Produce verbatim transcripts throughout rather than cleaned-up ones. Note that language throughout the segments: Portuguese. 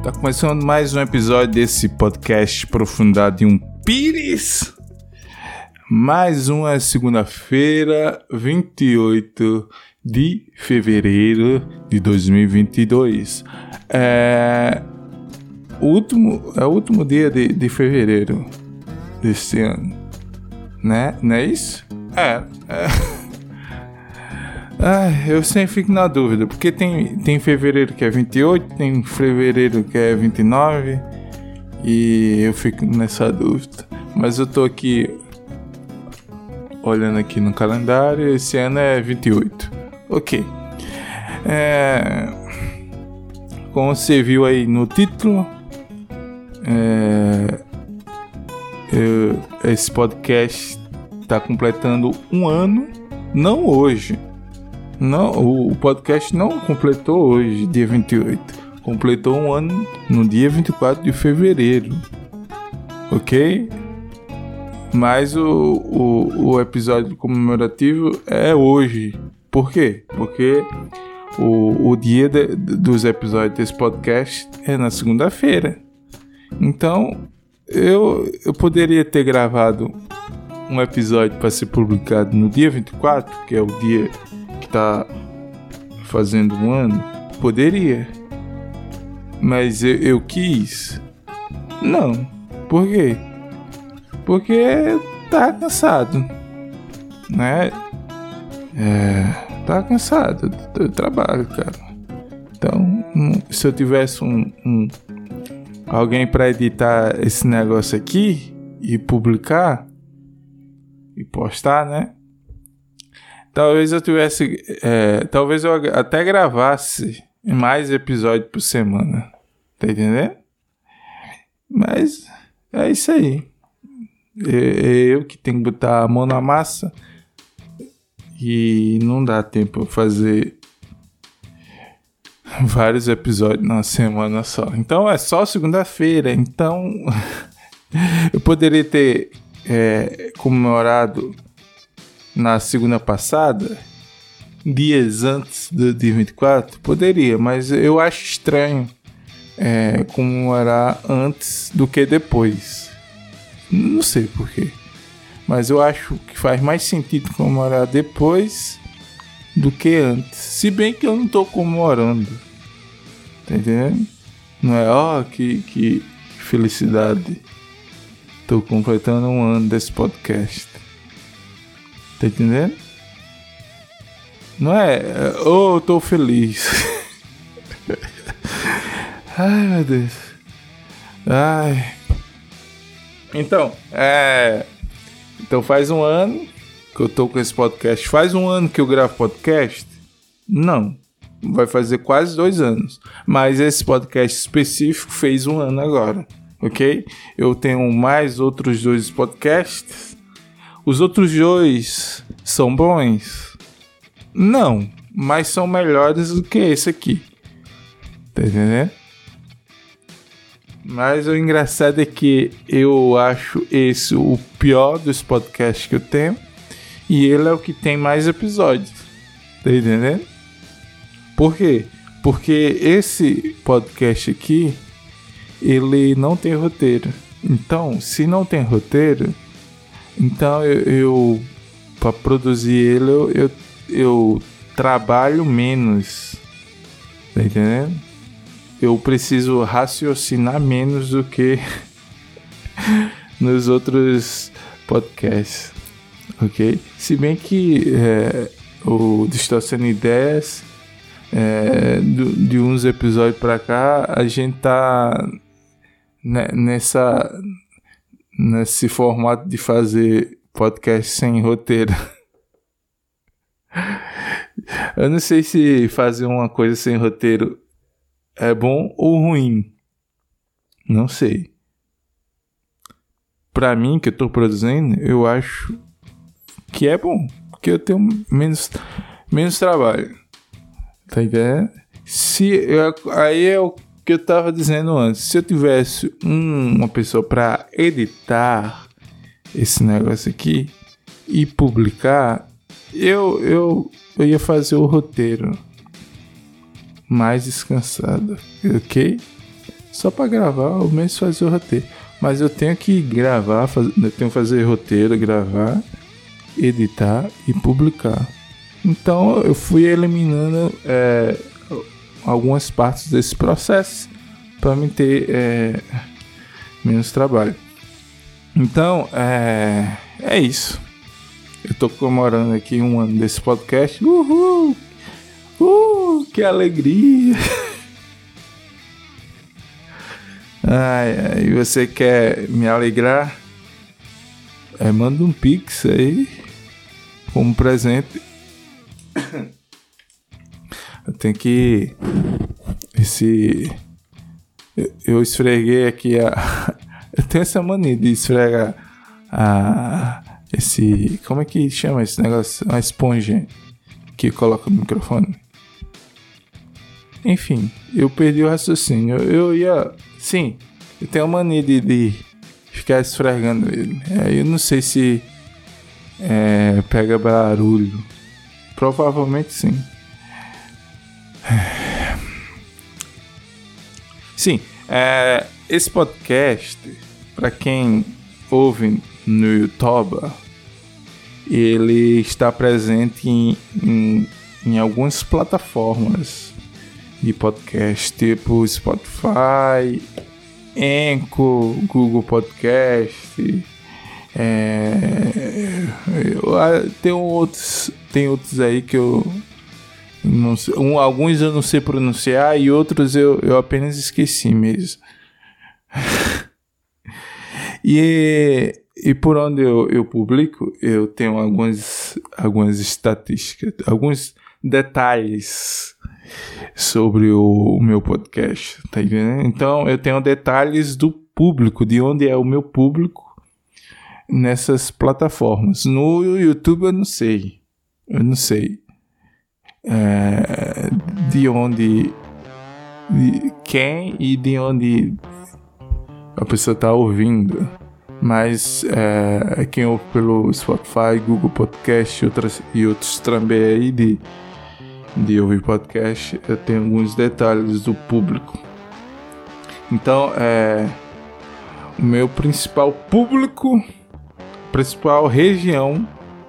Tá começando mais um episódio desse podcast Profundidade de um Pires. Mais uma segunda-feira, vinte e oito de fevereiro de dois mil e vinte e dois. É o último, é o último dia de, de fevereiro deste ano, né? Não é isso? É. é. Ah, eu sempre fico na dúvida, porque tem, tem fevereiro que é vinte e oito, tem fevereiro que é vinte e nove, e eu fico nessa dúvida. Mas eu tô aqui olhando aqui no calendário, esse ano é vinte e oito. Ok. É, como você viu aí no título, é, eu, esse podcast está completando um ano, não hoje. Não, o podcast não completou hoje, dia vinte e oito. Completou um ano no dia vinte e quatro de fevereiro. Ok? Mas o, o, o episódio comemorativo é hoje. Por quê? Porque o, o dia de, dos episódios desse podcast é na segunda-feira. Então, eu, eu poderia ter gravado um episódio para ser publicado no dia vinte e quatro, que é o dia que tá fazendo um ano. Poderia, mas eu, eu quis não. Por quê? Porque tá cansado, né? É, tá cansado do trabalho, cara. Então, se eu tivesse um, um alguém para editar esse negócio aqui e publicar e postar, né? Talvez eu tivesse... É, talvez eu até gravasse mais episódios por semana. Tá entendendo? Mas é isso aí. É eu que tenho que botar a mão na massa. E não dá tempo pra fazer vários episódios numa semana só. Então é só segunda-feira. Então eu poderia ter é, comemorado na segunda passada, dias antes do dia vinte e quatro, poderia, mas eu acho estranho é, comemorar antes do que depois. Não sei porquê, mas eu acho que faz mais sentido comemorar depois do que antes. Se bem que eu não tô comemorando, tá entendendo? Não é, ó, oh, que, que felicidade, tô completando um ano desse podcast. Tá entendendo? Não é? Oh, eu tô feliz. Ai, meu Deus. Ai. Então, é... Então faz um ano que eu tô com esse podcast. Faz um ano que eu gravo podcast? Não. Vai fazer quase dois anos. Mas esse podcast específico fez um ano agora. Ok? Eu tenho mais outros dois podcasts. Os outros dois são bons? Não, mas são melhores do que esse aqui. Tá entendendo? Mas o engraçado é que eu acho esse o pior dos podcasts que eu tenho. E ele é o que tem mais episódios. Tá entendendo? Por quê? Porque esse podcast aqui, ele não tem roteiro. Então, se não tem roteiro... Então eu, eu para produzir ele eu, eu, eu trabalho menos, tá entendendo? Eu preciso raciocinar menos do que nos outros podcasts, ok? Se bem que é, o Distorcendo Ideias, é, do, de uns episódios pra cá, a gente tá né, nessa... nesse formato de fazer podcast sem roteiro. Eu não sei se fazer uma coisa sem roteiro é bom ou ruim. Não sei. Pra mim, que eu tô produzindo, eu acho que é bom. Porque eu tenho menos, menos trabalho. Tá entendendo? Se eu, aí é o que eu tava dizendo antes. Se eu tivesse um, uma pessoa para editar esse negócio aqui e publicar, eu, eu, eu ia fazer o roteiro mais descansado, ok? Só pra gravar, ou mesmo fazer o roteiro. Mas eu tenho que gravar, faz... eu tenho que fazer roteiro, gravar, editar e publicar. Então eu fui eliminando é, algumas partes desse processo para me ter é, menos trabalho. Então é, é isso. Eu tô comemorando aqui um ano desse podcast. Uhul! Uh, que alegria! Ai, ai, você quer me alegrar? É, manda um pix aí como presente. Eu tenho que... Esse... Eu, eu esfreguei aqui a... Eu tenho essa mania de esfregar a... Esse... Como é que chama esse negócio? Uma esponja que coloca no microfone. Enfim, eu perdi o raciocínio. Eu, eu ia... Sim, eu tenho a mania de, de ficar esfregando ele. É, eu não sei se é, pega barulho. Provavelmente sim. Sim, é, esse podcast, para quem ouve no YouTube, ele está presente em, em, em algumas plataformas de podcast, tipo Spotify, Anchor, Google Podcast, é, eu, tem outros, tem outros aí que eu não sei, um, alguns eu não sei pronunciar e outros eu, eu apenas esqueci mesmo. e, e por onde eu, eu publico, eu tenho algumas, algumas estatísticas, alguns detalhes sobre o, o meu podcast, tá entendendo? Então eu tenho detalhes do público, de onde é o meu público nessas plataformas. No YouTube eu não sei, eu não sei é, de onde, de quem e de onde a pessoa está ouvindo, mas é, quem ouve pelo Spotify, Google Podcast e, outras, e outros também aí de de ouvir podcast, eu tenho alguns detalhes do público. Então, é, o meu principal público, principal região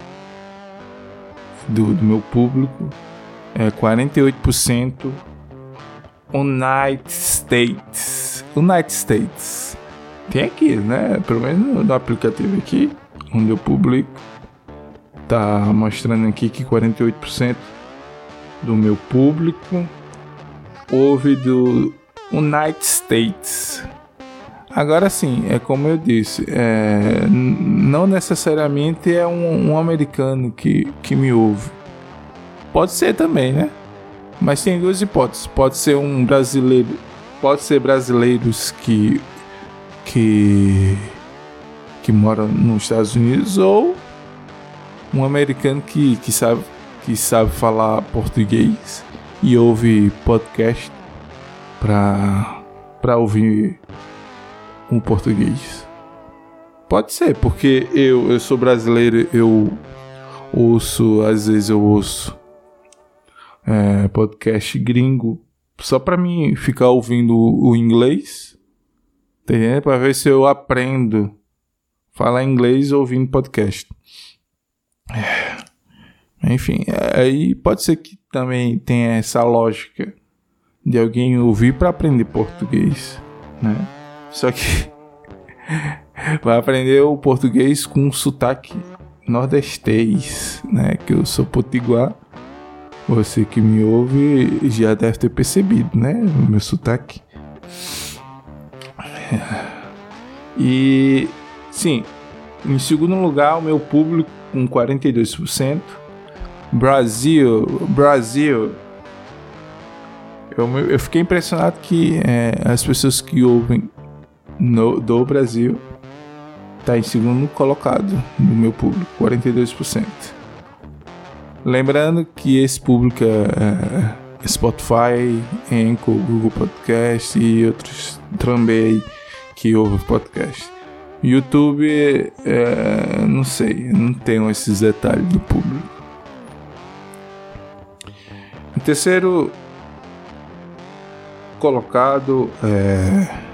do, do meu público é quarenta e oito por cento United States. United States. Tem aqui, né? Pelo menos no aplicativo aqui, onde eu publico, tá mostrando aqui que quarenta e oito por cento do meu público ouve do United States. Agora sim, é como eu disse, é, não necessariamente é um, um americano que, que me ouve. Pode ser também, né? Mas tem duas hipóteses. Pode ser um brasileiro, pode ser brasileiros que que que moram nos Estados Unidos, ou um americano que, que sabe que sabe falar português e ouve podcast pra, pra ouvir um português. Pode ser, porque eu, eu sou brasileiro, eu ouço, às vezes eu ouço é, podcast gringo só pra mim ficar ouvindo o inglês, tá entendendo? Pra ver se eu aprendo a falar inglês ouvindo podcast. É. Enfim, aí pode ser que também tenha essa lógica de alguém ouvir para aprender português, né? Só que vai aprender o português com um sotaque nordestês, né? Que eu sou potiguar. Você que me ouve já deve ter percebido, né? O meu sotaque. E sim, em segundo lugar, o meu público com quarenta e dois por cento. Brasil, Brasil. Eu, eu fiquei impressionado que é, as pessoas que ouvem no, do Brasil tá em segundo colocado no meu público, quarenta e dois por cento. Lembrando que esse público é, é Spotify, Anchor, Google Podcast e outros também que ouvem podcast. YouTube, é, não sei, não tenho esses detalhes do público. Em terceiro colocado, é,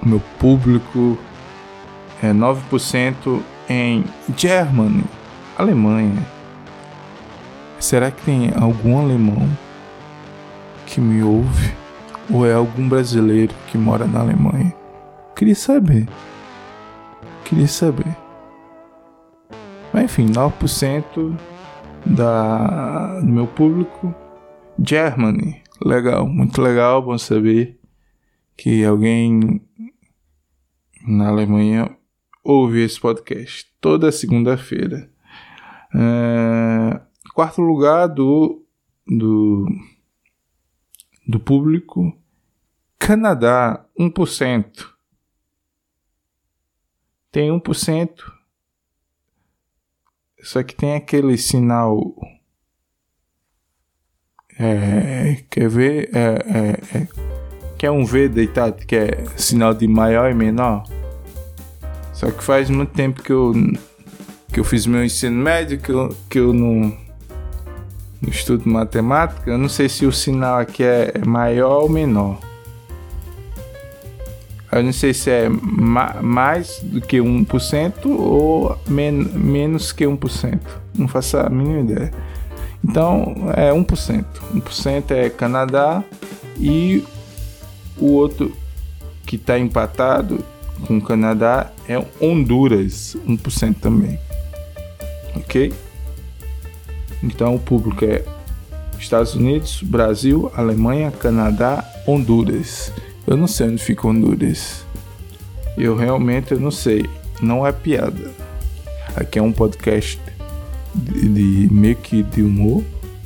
meu público é nove por cento em Germany, Alemanha. Será que tem algum alemão que me ouve? Ou é algum brasileiro que mora na Alemanha? Queria saber. Queria saber. Mas enfim, nove por cento da, do meu público, Germany. Legal, muito legal, bom saber que alguém na Alemanha ouve esse podcast toda segunda-feira. É, quarto lugar do, do, do público, Canadá, um por cento. Tem um por cento. Só que tem aquele sinal. É, quer ver? É, é, é, que é um V deitado, que é sinal de maior e menor. Só que faz muito tempo que eu, que eu fiz meu ensino médio, que eu, que eu não, não estudo matemática. Eu não sei se o sinal aqui é maior ou menor. Eu não sei se é ma- mais do que um por cento ou men- menos que um por cento. Não faço a mínima ideia. Então é um por cento. um por cento é Canadá e o outro que está empatado com o Canadá é Honduras, um por cento também. Ok? Então o público é Estados Unidos, Brasil, Alemanha, Canadá, Honduras. Eu não sei onde fica Honduras. Eu realmente eu não sei. Não é piada. Aqui é um podcast de, de meio que de humor.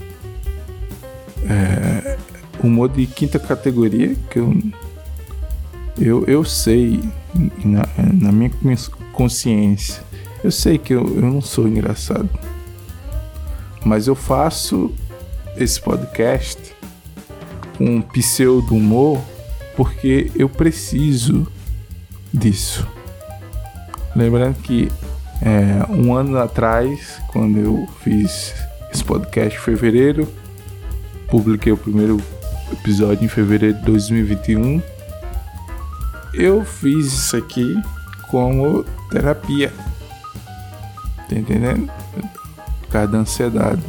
É, humor de quinta categoria que eu eu, eu sei na, na minha consciência. Eu sei que eu, eu não sou engraçado. Mas eu faço esse podcast com um pseudo humor porque eu preciso disso. Lembrando que é, um ano atrás, quando eu fiz esse podcast em fevereiro, publiquei o primeiro episódio em fevereiro de dois mil e vinte e um, eu fiz isso aqui como terapia. Tá entendendo? Por causa da ansiedade.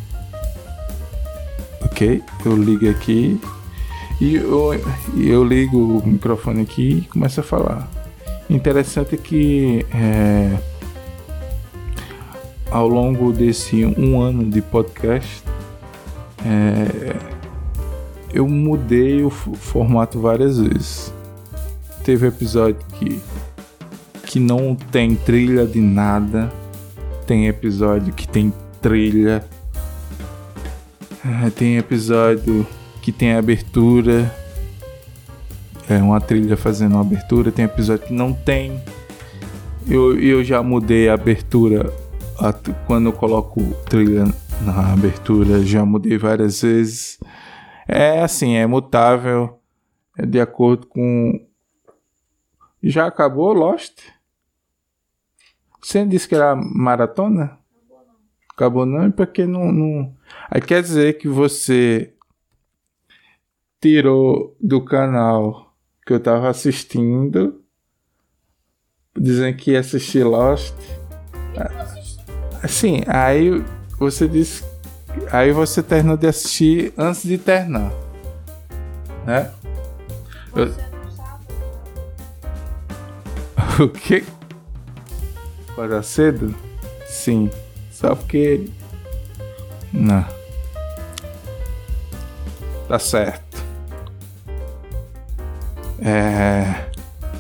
Ok? Eu ligo aqui e eu, eu ligo o microfone aqui e começo a falar. Interessante que é, ao longo desse um ano de podcast, é, eu mudei o f- formato várias vezes. Teve episódio que, que não tem trilha de nada. Tem episódio que tem trilha. É, tem episódio que tem abertura. É uma trilha fazendo uma abertura. Tem episódio que não tem. Eu, eu já mudei a abertura. A, quando eu coloco trilha na abertura, já mudei várias vezes. É assim, é mutável. É de acordo com... Já acabou Lost? Você disse que era maratona? Acabou não, e porque não, não... Aí quer dizer que você tirou do canal que eu tava assistindo, dizendo que ia assistir Lost. Assim, aí você disse... Aí você terminou de assistir antes de terminar, né? Eu... O que? Acorda cedo? Sim. Só porque... Não. Tá certo. É...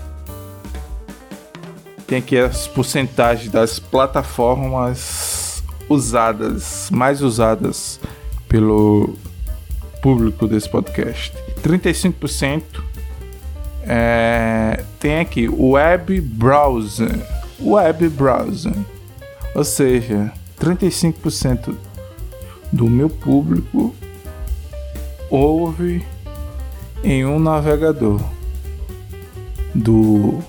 Tem aqui as porcentagens das plataformas usadas, mais usadas pelo público desse podcast. trinta e cinco por cento é... tem aqui web browser. Web browser. Ou seja, trinta e cinco por cento do meu público ouve em um navegador do,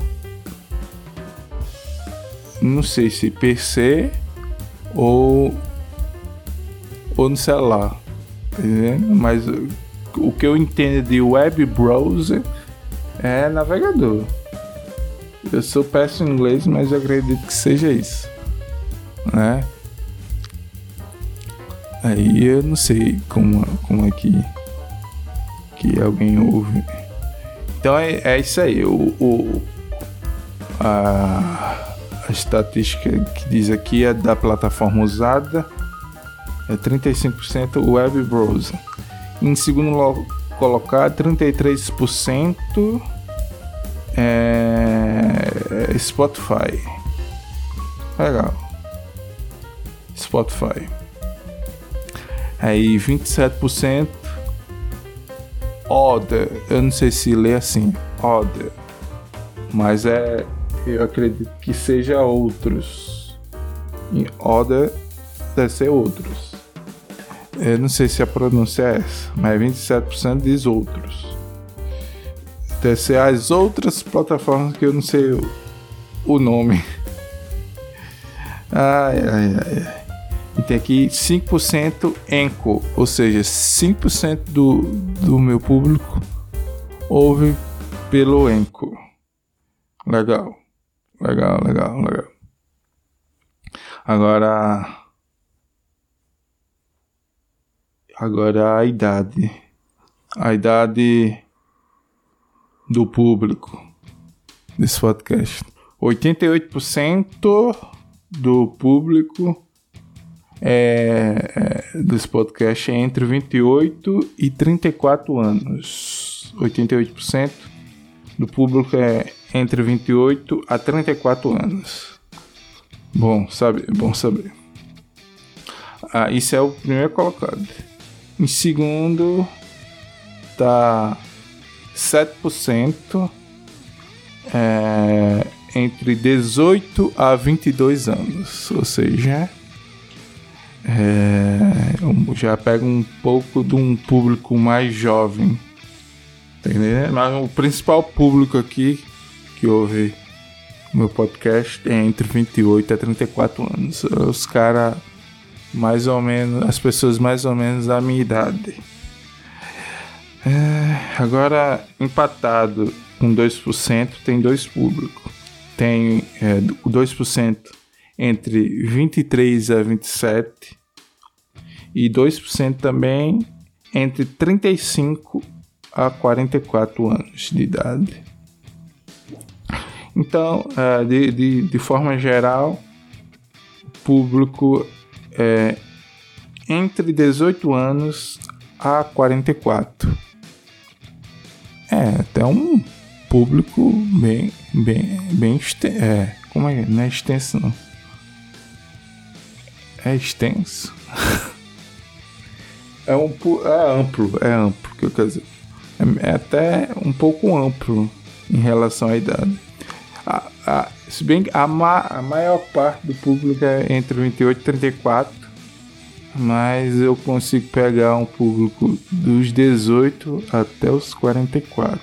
não sei se P C ou ou no celular, tá entendendo? Mas o que eu entendo de web browser é navegador. Eu sou péssimo em inglês, mas eu acredito que seja isso, né? Aí eu não sei como, como é que, que alguém ouve. Então é, é isso aí. O, o, a, a estatística que diz aqui é da plataforma usada. É trinta e cinco por cento web browser. Em segundo lo- colocado, trinta e três por cento é Spotify. Legal. Spotify. Aí vinte e sete por cento Other. Eu não sei se lê assim, Other, mas é, eu acredito que seja outros. Em Other deve ser outros. Eu não sei se a pronúncia é essa, mas vinte e sete por cento diz outros. Deve ser as outras plataformas que eu não sei o, o nome. Ai, ai, ai. E tem aqui cinco por cento Anchor, ou seja, cinco por cento do, do meu público ouve pelo Anchor. Legal, legal, legal, legal. Agora, agora a idade, a idade do público desse podcast. oitenta e oito por cento do público É, é, desse podcast é entre vinte e oito e trinta e quatro anos. oitenta e oito por cento do público é entre vinte e oito a trinta e quatro anos. Bom saber, bom saber. Ah, isso é o primeiro colocado. Em segundo tá sete por cento é, entre dezoito a vinte e dois anos, ou seja, É, já pega um pouco de um público mais jovem, entendeu? Mas o principal público aqui que ouve o meu podcast é entre vinte e oito a trinta e quatro anos. Os caras mais ou menos, as pessoas mais ou menos da minha idade. É, agora, empatado com dois por cento, tem dois públicos. Tem é, o dois por cento entre vinte e três a vinte e sete e dois por cento também entre trinta e cinco a quarenta e quatro anos de idade. Então, de, de, de forma geral, o público é entre dezoito anos a quarenta e quatro. É até um público bem, bem, bem extenso. É, como é? Não é extenso, não. É extenso. é, um, é amplo, é amplo, que eu quero dizer. É, é até um pouco amplo em relação à idade. A, a, se bem que a, ma, a maior parte do público é entre vinte e oito e trinta e quatro, mas eu consigo pegar um público dos dezoito até os quarenta e quatro.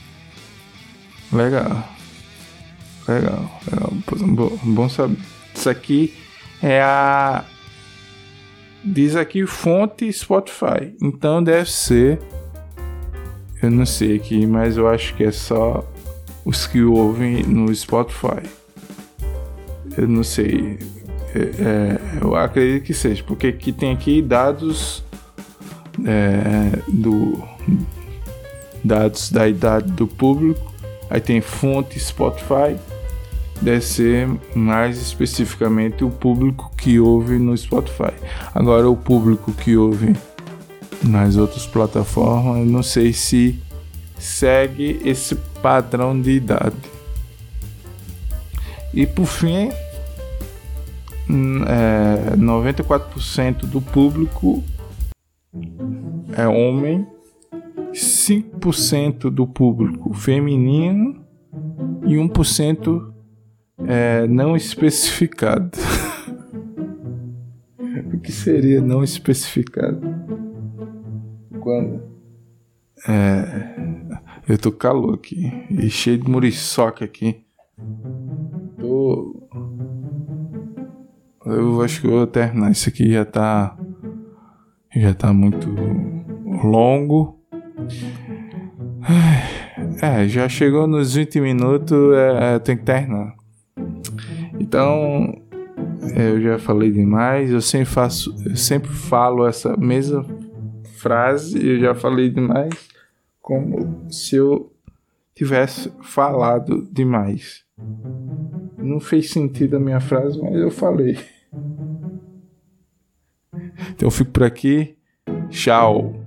Legal. Legal, legal. Bom, bom saber. Isso aqui é a... Diz aqui fonte Spotify. Então deve ser... Eu não sei aqui, mas eu acho que é só os que ouvem no Spotify. Eu não sei. É, é, eu acredito que seja, porque aqui tem aqui dados é, do dados da idade do público. Aí tem fonte Spotify. Deve ser mais especificamente o público que ouve no Spotify. Agora o público que ouve nas outras plataformas, eu não sei se segue esse padrão de idade. E por fim, é, noventa e quatro por cento do público é homem, cinco por cento do público feminino e um por cento é não especificado. O que seria não especificado? Quando? É, eu tô calor aqui e cheio de muriçoca aqui. Tô... Eu acho que eu vou terminar. Isso aqui já tá já tá muito longo. É, já chegou nos vinte minutos, é, tem que terminar. Então, eu já falei demais, eu sempre faço, eu sempre falo essa mesma frase, eu já falei demais, como se eu tivesse falado demais. Não fez sentido a minha frase, mas eu falei. Então eu fico por aqui. Tchau.